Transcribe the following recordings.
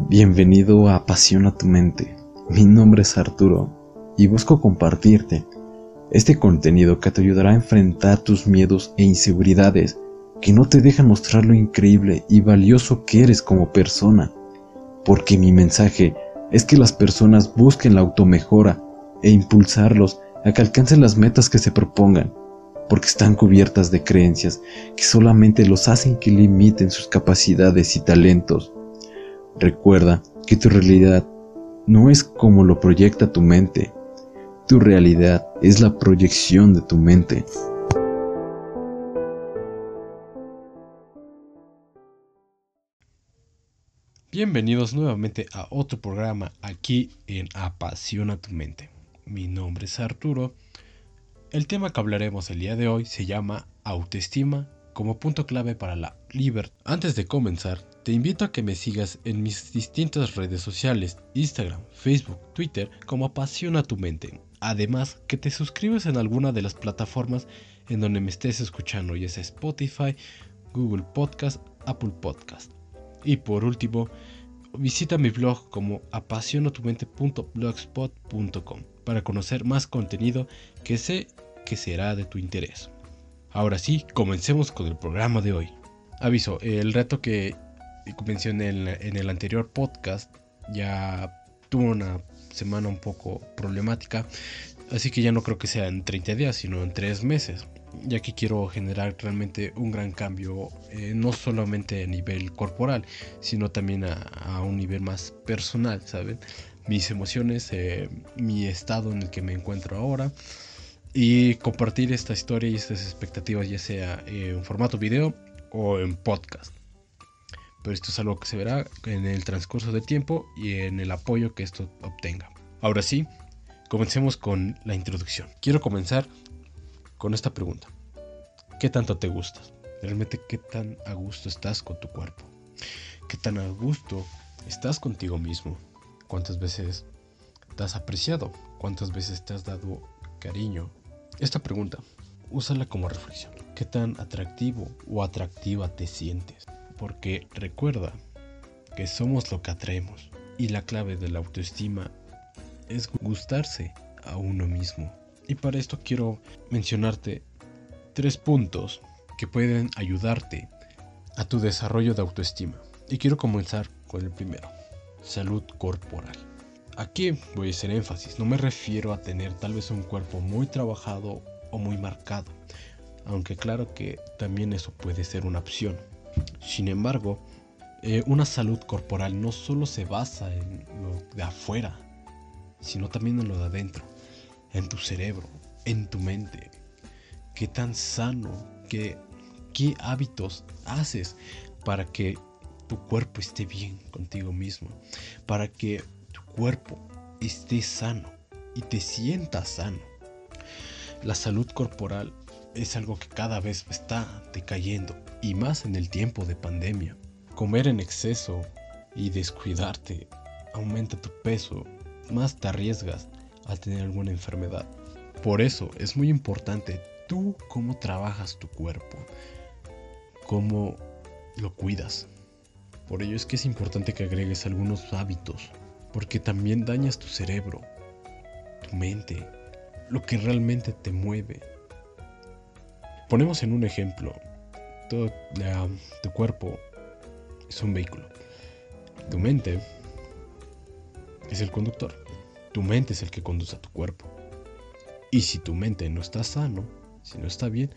Bienvenido a Apasiona tu mente. Mi nombre es Arturo y busco compartirte este contenido que te ayudará a enfrentar tus miedos e inseguridades que no te dejan mostrar lo increíble y valioso que eres como persona. Porque mi mensaje es que las personas busquen la automejora e impulsarlos a que alcancen las metas que se propongan, porque están cubiertas de creencias que solamente los hacen que limiten sus capacidades y talentos. Recuerda que tu realidad no es como lo proyecta tu mente. Tu realidad es la proyección de tu mente. Bienvenidos nuevamente a otro programa aquí en Apasiona tu mente. Mi nombre es Arturo. El tema que hablaremos el día de hoy se llama autoestima como punto clave para la libertad. Antes de comenzar, te invito a que me sigas en mis distintas redes sociales, Instagram, Facebook, Twitter, como Apasiona tu mente. Además, que te suscribas en alguna de las plataformas en donde me estés escuchando, ya sea Spotify, Google Podcast, Apple Podcast. Y por último, visita mi blog como apasionotumente.blogspot.com para conocer más contenido que sé que será de tu interés. Ahora sí, comencemos con el programa de hoy. Aviso, el reto que mencioné en el anterior podcast ya tuvo una semana un poco problemática, así que ya no creo que sea en 30 días, sino en 3 meses. Ya que quiero generar realmente un gran cambio, no solamente a nivel corporal, sino también a un nivel más personal, ¿saben? Mis emociones, mi estado en el que me encuentro ahora, y compartir esta historia y estas expectativas, ya sea en formato video o en podcast. Pero esto es algo que se verá en el transcurso del tiempo y en el apoyo que esto obtenga. Ahora sí, comencemos con la introducción. Quiero comenzar con esta pregunta. ¿Qué tanto te gustas? Realmente, ¿qué tan a gusto estás con tu cuerpo? ¿Qué tan a gusto estás contigo mismo? ¿Cuántas veces te has apreciado? ¿Cuántas veces te has dado cariño? Esta pregunta, úsala como reflexión. ¿Qué tan atractivo o atractiva te sientes? Porque recuerda que somos lo que atraemos. Y la clave de la autoestima es gustarse a uno mismo. Y para esto quiero mencionarte 3 puntos que pueden ayudarte a tu desarrollo de autoestima. Y quiero comenzar con el primero: salud corporal. Aquí voy a hacer énfasis, no me refiero a tener tal vez un cuerpo muy trabajado o muy marcado, aunque claro que también eso puede ser una opción. Sin embargo, una salud corporal no solo se basa en lo de afuera, sino también en lo de adentro, en tu cerebro, en tu mente. ¿Qué tan sano, qué hábitos haces para que tu cuerpo esté bien contigo mismo? Para que tu cuerpo esté sano y te sientas sano. La salud corporal es algo que cada vez está decayendo, y más en el tiempo de pandemia. Comer en exceso y descuidarte aumenta tu peso, más te arriesgas a tener alguna enfermedad. Por eso es muy importante tú cómo trabajas tu cuerpo, cómo lo cuidas. Por ello es que es importante que agregues algunos hábitos, porque también dañas tu cerebro, tu mente, lo que realmente te mueve. Ponemos en un ejemplo, tu cuerpo es un vehículo. Tu mente es el conductor. Tu mente es el que conduce a tu cuerpo. Y si tu mente no está sano, si no está bien,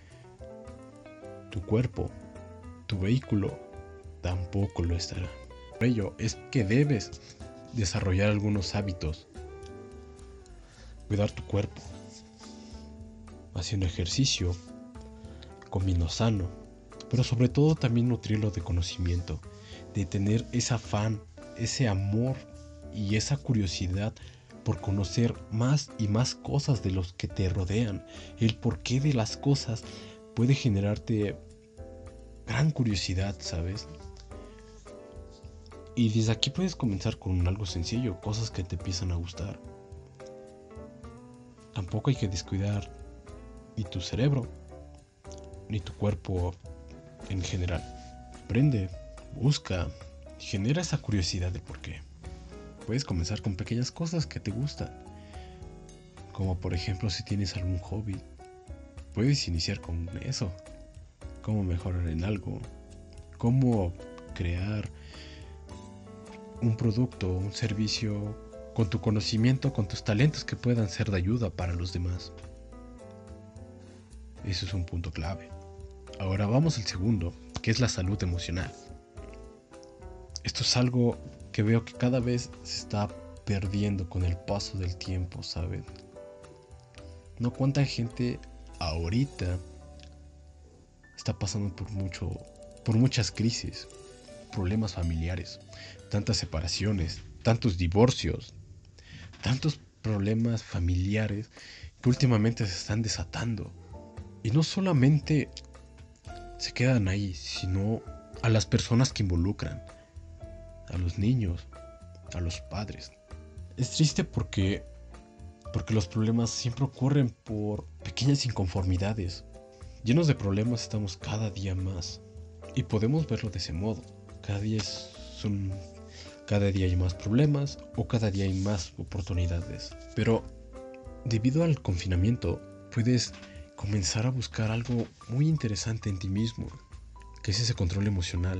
tu cuerpo, tu vehículo, tampoco lo estará. Por ello es que debes desarrollar algunos hábitos. Cuidar tu cuerpo, haciendo ejercicio, comiendo sano, pero sobre todo también nutrirlo de conocimiento, de tener ese afán, ese amor y esa curiosidad por conocer más y más cosas de los que te rodean. El porqué de las cosas puede generarte gran curiosidad, ¿sabes? Y desde aquí puedes comenzar con algo sencillo, cosas que te empiezan a gustar. Tampoco hay que descuidar ni tu cerebro, ni tu cuerpo en general. Aprende, busca, genera esa curiosidad de por qué. Puedes comenzar con pequeñas cosas que te gustan, como por ejemplo si tienes algún hobby, puedes iniciar con eso, cómo mejorar en algo, cómo crear un producto, un servicio con tu conocimiento, con tus talentos que puedan ser de ayuda para los demás. Eso es un punto clave. Ahora vamos al segundo, que es la salud emocional. Esto es algo que veo que cada vez se está perdiendo con el paso del tiempo, ¿saben? No cuánta gente ahorita está pasando por muchas crisis, problemas familiares, tantas separaciones, tantos divorcios, tantos problemas familiares que últimamente se están desatando. Y no solamente se quedan ahí, sino a las personas que involucran, a los niños, a los padres. Es triste porque los problemas siempre ocurren por pequeñas inconformidades. Llenos de problemas estamos cada día más. Y podemos verlo de ese modo. Cada día hay más problemas o cada día hay más oportunidades. Pero debido al confinamiento puedes comenzar a buscar algo muy interesante en ti mismo, que es ese control emocional,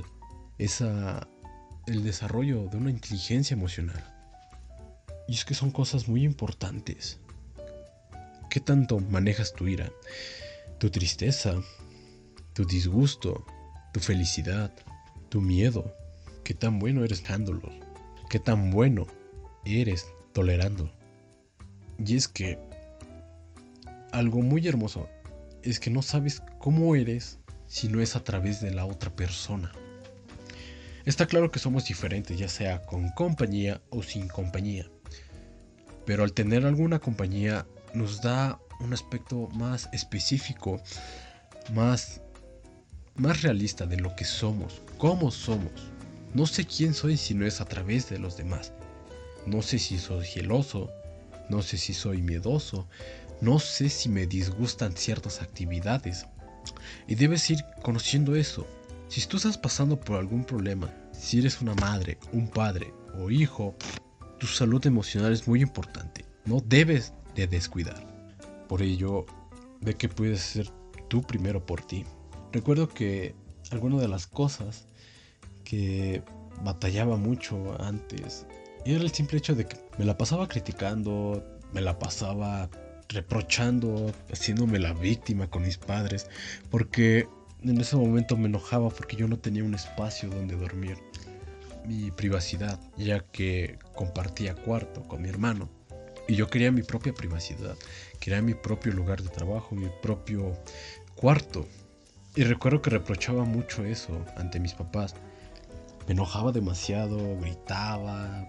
el desarrollo de una inteligencia emocional. Y es que son cosas muy importantes. ¿Qué tanto manejas tu ira, tu tristeza, tu disgusto, tu felicidad, tu miedo? ¿Qué tan bueno eres dejándolos? ¿Qué tan bueno eres tolerando? Y es que algo muy hermoso es que no sabes cómo eres si no es a través de la otra persona. Está claro que somos diferentes, ya sea con compañía o sin compañía. Pero al tener alguna compañía nos da un aspecto más específico, más realista de lo que somos, cómo somos. No sé quién soy si no es a través de los demás. No sé si soy celoso, no sé si soy miedoso, no sé si me disgustan ciertas actividades. Y debes ir conociendo eso. Si tú estás pasando por algún problema, si eres una madre, un padre o hijo, tu salud emocional es muy importante. No debes de descuidar. Por ello, ve que puedes hacer tú primero por ti. Recuerdo que alguna de las cosas que batallaba mucho antes era el simple hecho de que me la pasaba criticando, me la pasaba reprochando, haciéndome la víctima con mis padres, porque en ese momento me enojaba porque yo no tenía un espacio donde dormir, mi privacidad, ya que compartía cuarto con mi hermano y yo quería mi propia privacidad, quería mi propio lugar de trabajo, mi propio cuarto. Y recuerdo que reprochaba mucho eso ante mis papás. Me enojaba demasiado, gritaba,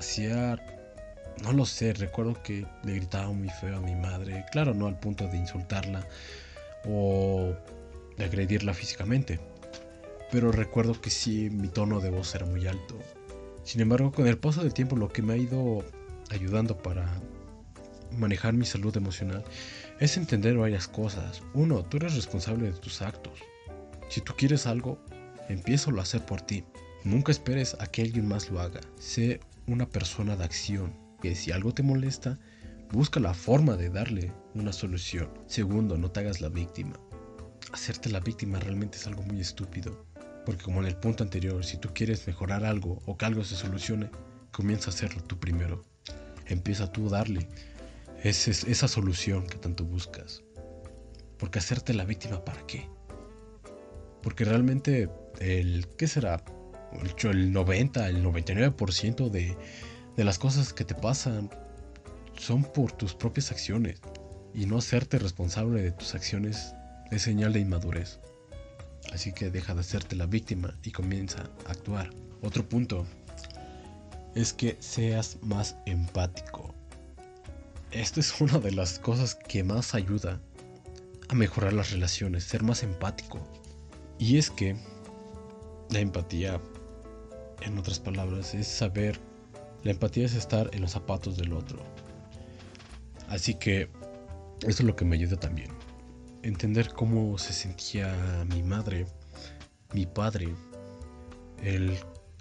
no lo sé, recuerdo que le gritaba muy feo a mi madre, claro, no al punto de insultarla o de agredirla físicamente, pero recuerdo que sí, mi tono de voz era muy alto. Sin embargo, con el paso del tiempo, lo que me ha ido ayudando para manejar mi salud emocional es entender varias cosas. Uno, tú eres responsable de tus actos. Si tú quieres algo, empiézalo a hacer por ti. Nunca esperes a que alguien más lo haga. Sé una persona de acción, que si algo te molesta, busca la forma de darle una solución. Segundo, no te hagas la víctima. Hacerte la víctima realmente es algo muy estúpido, porque como en el punto anterior, si tú quieres mejorar algo o que algo se solucione, comienza a hacerlo tú primero. Empieza tú a darle esa solución que tanto buscas. Porque hacerte la víctima, ¿para qué? Porque realmente ¿qué será? El 90, el 99% de las cosas que te pasan son por tus propias acciones. Y no hacerte responsable de tus acciones es señal de inmadurez. Así que deja de hacerte la víctima y comienza a actuar. Otro punto es que seas más empático. Esta es una de las cosas que más ayuda a mejorar las relaciones, ser más empático. Y es que la empatía, en otras palabras, la empatía es estar en los zapatos del otro. Así que eso es lo que me ayuda también. Entender cómo se sentía mi madre, mi padre,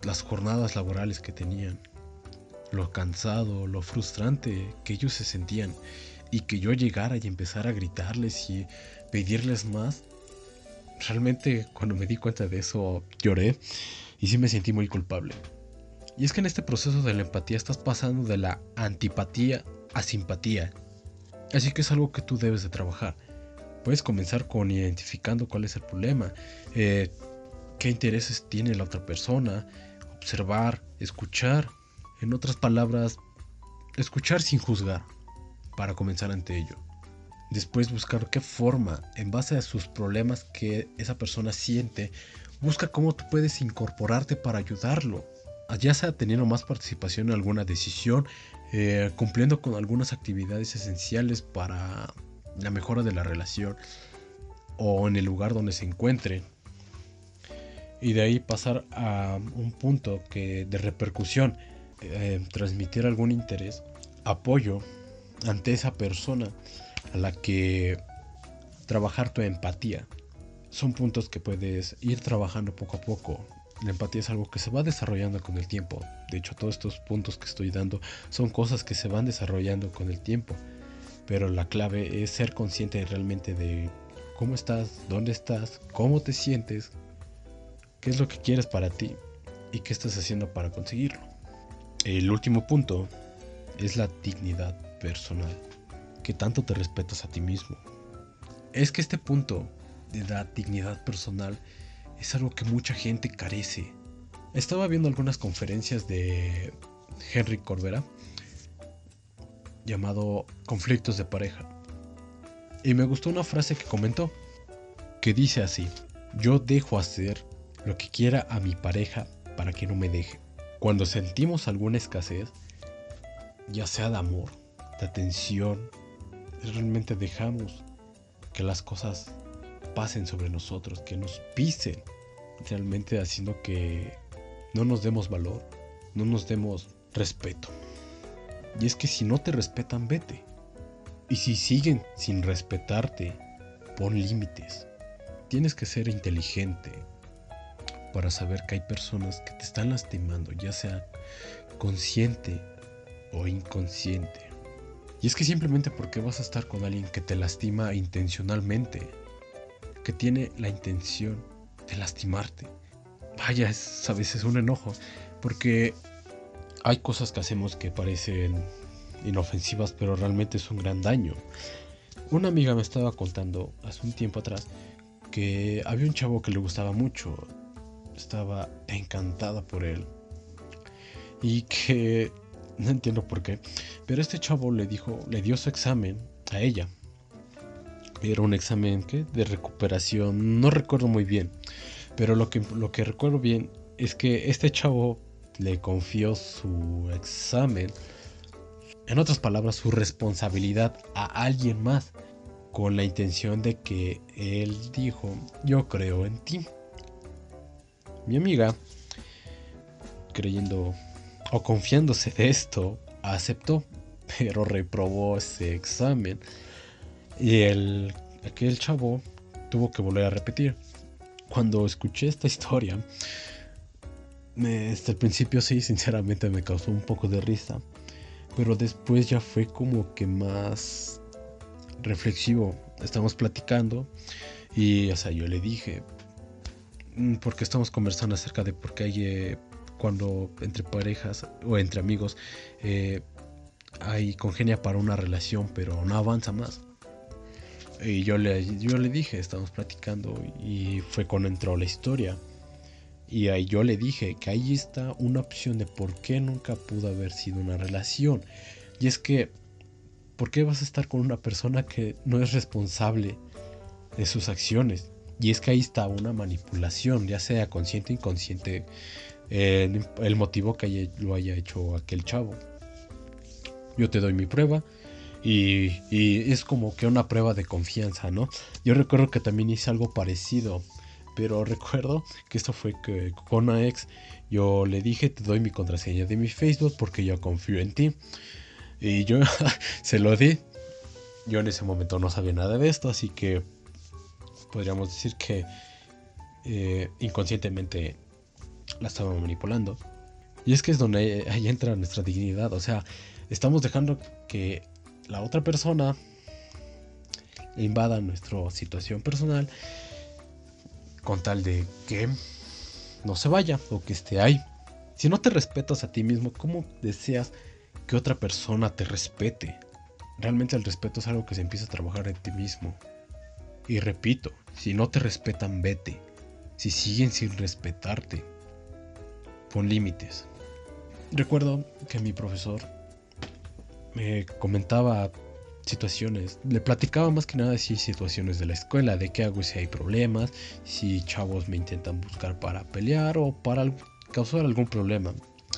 las jornadas laborales que tenían, lo cansado, lo frustrante que ellos se sentían, y que yo llegara y empezara a gritarles y pedirles más. Realmente cuando me di cuenta de eso lloré y sí me sentí muy culpable. Y es que en este proceso de la empatía estás pasando de la antipatía a simpatía. Así que es algo que tú debes de trabajar. Puedes comenzar con identificando cuál es el problema, qué intereses tiene la otra persona, observar, escuchar. En otras palabras, escuchar sin juzgar para comenzar ante ello. Después buscar qué forma, en base a sus problemas que esa persona siente, busca cómo tú puedes incorporarte para ayudarlo. Ya sea teniendo más participación en alguna decisión, cumpliendo con algunas actividades esenciales para la mejora de la relación o en el lugar donde se encuentre. Y de ahí pasar a un punto de repercusión, transmitir algún interés, apoyo ante esa persona a la que trabajar tu empatía. Son puntos que puedes ir trabajando poco a poco. La empatía es algo que se va desarrollando con el tiempo. De hecho, todos estos puntos que estoy dando son cosas que se van desarrollando con el tiempo. Pero la clave es ser consciente realmente de cómo estás, dónde estás, cómo te sientes, qué es lo que quieres para ti y qué estás haciendo para conseguirlo. El último punto es la dignidad personal. ¿Qué tanto te respetas a ti mismo? Es que este punto de la dignidad personal es algo que mucha gente carece. Estaba viendo algunas conferencias de Henry Corbera llamado Conflictos de pareja, y me gustó una frase que comentó, que dice así: yo dejo hacer lo que quiera a mi pareja para que no me deje. Cuando sentimos alguna escasez, ya sea de amor, de atención, realmente dejamos que las cosas pasen sobre nosotros, que nos pisen, realmente haciendo que no nos demos valor, no nos demos respeto. Y es que si no te respetan, vete. Y si siguen sin respetarte, pon límites. Tienes que ser inteligente para saber que hay personas que te están lastimando, ya sea consciente o inconsciente. Y es que simplemente porque vas a estar con alguien que te lastima intencionalmente, que tiene la intención de lastimarte, vaya, a veces un enojo, porque hay cosas que hacemos que parecen inofensivas, pero realmente es un gran daño. Una amiga me estaba contando hace un tiempo atrás que había un chavo que le gustaba mucho, estaba encantada por él, y que no entiendo por qué, pero este chavo le dio su examen a ella. Era un examen de recuperación, no recuerdo muy bien, pero lo que recuerdo bien es que este chavo le confió su examen, en otras palabras, su responsabilidad a alguien más, con la intención de que él dijo: yo creo en ti. Mi amiga, creyendo o confiándose de esto, aceptó, pero reprobó ese examen y aquel chavo tuvo que volver a repetir. Cuando escuché esta historia, desde el principio sí, sinceramente me causó un poco de risa, pero después ya fue como que más reflexivo. Estamos platicando y, o sea, yo le dije, porque estamos conversando acerca de por qué hay cuando entre parejas o entre amigos hay congenia para una relación pero no avanza más. Y yo le dije, estamos platicando, y fue cuando entró la historia. Y ahí yo le dije que ahí está una opción de por qué nunca pudo haber sido una relación. Y es que, ¿por qué vas a estar con una persona que no es responsable de sus acciones? Y es que ahí está una manipulación, ya sea consciente o inconsciente, el motivo que lo haya hecho aquel chavo. Yo te doy mi prueba. Y es como que una prueba de confianza, ¿no? Yo recuerdo que también hice algo parecido, pero recuerdo que esto fue que con una ex yo le dije: te doy mi contraseña de mi Facebook porque yo confío en ti. Y yo se lo di. Yo en ese momento no sabía nada de esto, así que podríamos decir que inconscientemente la estaba manipulando. Y es que es donde ahí entra nuestra dignidad. O sea, estamos dejando que la otra persona invada nuestra situación personal con tal de que no se vaya o que esté ahí. Si no te respetas a ti mismo, ¿cómo deseas que otra persona te respete? Realmente el respeto es algo que se empieza a trabajar en ti mismo. Y repito, si no te respetan, vete. Si siguen sin respetarte, pon límites. Recuerdo que mi profesor me comentaba situaciones, le platicaba más que nada de situaciones de la escuela, de qué hago si hay problemas, si chavos me intentan buscar para pelear o para causar algún problema.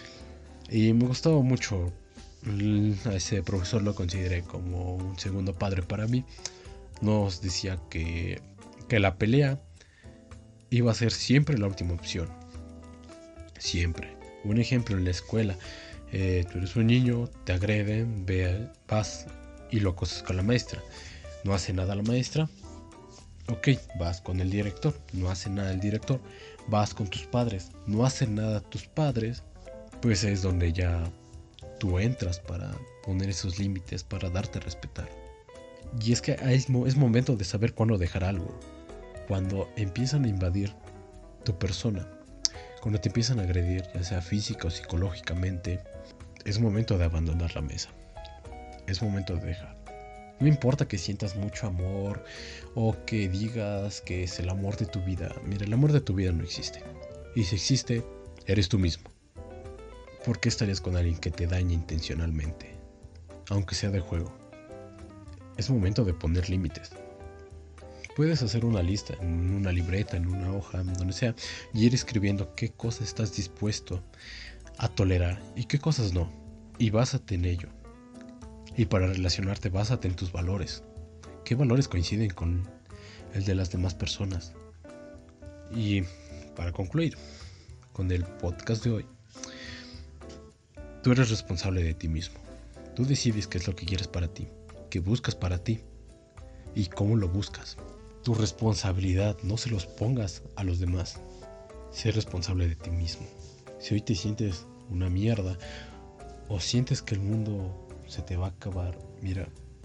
Y me gustaba mucho. A ese profesor lo consideré como un segundo padre para mí. Nos decía que la pelea iba a ser siempre la última opción. Siempre. Un ejemplo en la escuela. Tú eres un niño, te agreden, vas y lo acosas con la maestra. No hace nada la maestra. Ok, vas con el director. No hace nada el director. Vas con tus padres. No hace nada tus padres. Pues es donde ya tú entras para poner esos límites, para darte a respetar. Y es que es momento de saber cuándo dejar algo. Cuando empiezan a invadir tu persona, cuando te empiezan a agredir, ya sea física o psicológicamente, es momento de abandonar la mesa. Es momento de dejar. No importa que sientas mucho amor o que digas que es el amor de tu vida. Mira, el amor de tu vida no existe. Y si existe, eres tú mismo. ¿Por qué estarías con alguien que te dañe intencionalmente? Aunque sea de juego. Es momento de poner límites. Puedes hacer una lista en una libreta, en una hoja, donde sea, y ir escribiendo qué cosas estás dispuesto a tolerar y qué cosas no. Y básate en ello. Y para relacionarte, básate en tus valores. ¿Qué valores coinciden con el de las demás personas? Y para concluir con el podcast de hoy, tú eres responsable de ti mismo. Tú decides qué es lo que quieres para ti, qué buscas para ti y cómo lo buscas. Tu responsabilidad, no se los pongas a los demás. Sé responsable de ti mismo. Si hoy te sientes una mierda o sientes que el mundo se te va a acabar, mira,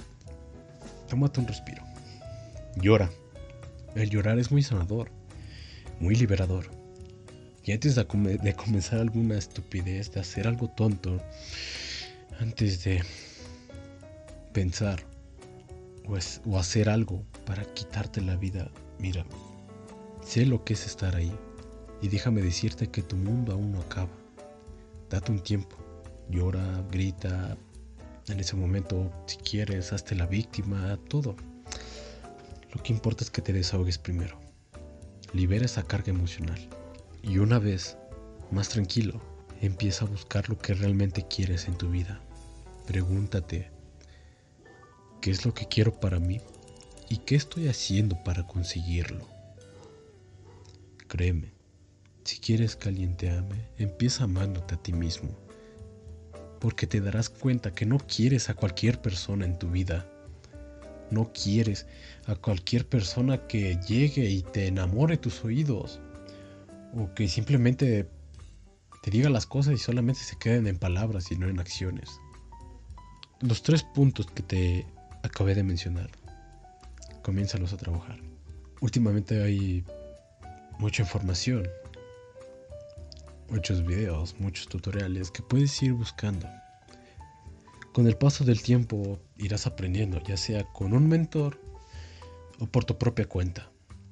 tómate un respiro. Llora. El llorar es muy sanador, muy liberador. Y antes de comenzar alguna estupidez, de hacer algo tonto, antes de pensar o hacer algo para quitarte la vida, mira, sé lo que es estar ahí. Y déjame decirte que tu mundo aún no acaba. Date un tiempo. Llora, grita. En ese momento, si quieres, hazte la víctima, todo. Lo que importa es que te desahogues primero. Libera esa carga emocional. Y una vez más tranquilo, empieza a buscar lo que realmente quieres en tu vida. Pregúntate, ¿qué es lo que quiero para mí? ¿Y qué estoy haciendo para conseguirlo? Créeme, si quieres que alguien te ame, empieza amándote a ti mismo. Porque te darás cuenta que no quieres a cualquier persona en tu vida. No quieres a cualquier persona que llegue y te enamore tus oídos. O que simplemente te diga las cosas y solamente se queden en palabras y no en acciones. Los 3 puntos que te acabé de mencionar, comiénzalos a trabajar. Últimamente hay mucha información, muchos videos, muchos tutoriales que puedes ir buscando. Con el paso del tiempo irás aprendiendo, ya sea con un mentor o por tu propia cuenta.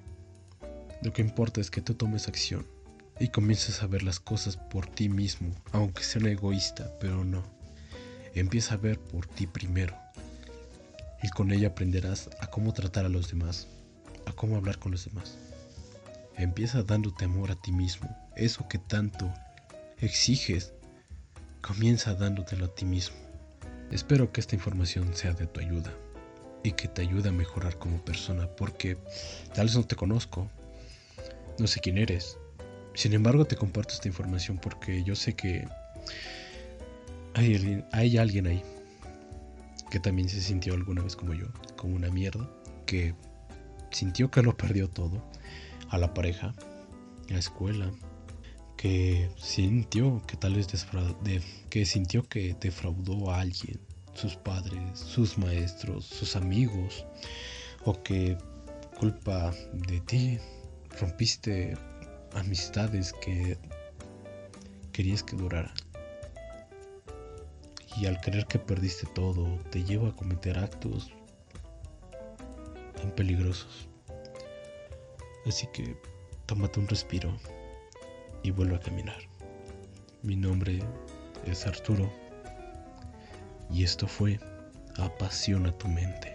Lo que importa es que tú tomes acción y comiences a ver las cosas por ti mismo, aunque sea un egoísta, pero no. Empieza a ver por ti primero y con ella aprenderás a cómo tratar a los demás, a cómo hablar con los demás. Empieza dándote amor a ti mismo, eso que tanto exiges, comienza dándotelo a ti mismo. Espero que esta información sea de tu ayuda y que te ayude a mejorar como persona, porque tal vez no te conozco, no sé quién eres. Sin embargo, te comparto esta información porque yo sé que hay alguien ahí que también se sintió alguna vez como yo, como una mierda, que sintió que lo perdió todo, a la pareja, a la escuela, que sintió que tal vez que sintió que defraudó a alguien, sus padres, sus maestros, sus amigos, o que culpa de ti rompiste amistades que querías que duraran. Y al creer que perdiste todo, te lleva a cometer actos tan peligrosos. Así que tómate un respiro y vuelve a caminar. Mi nombre es Arturo y esto fue Apasiona tu mente.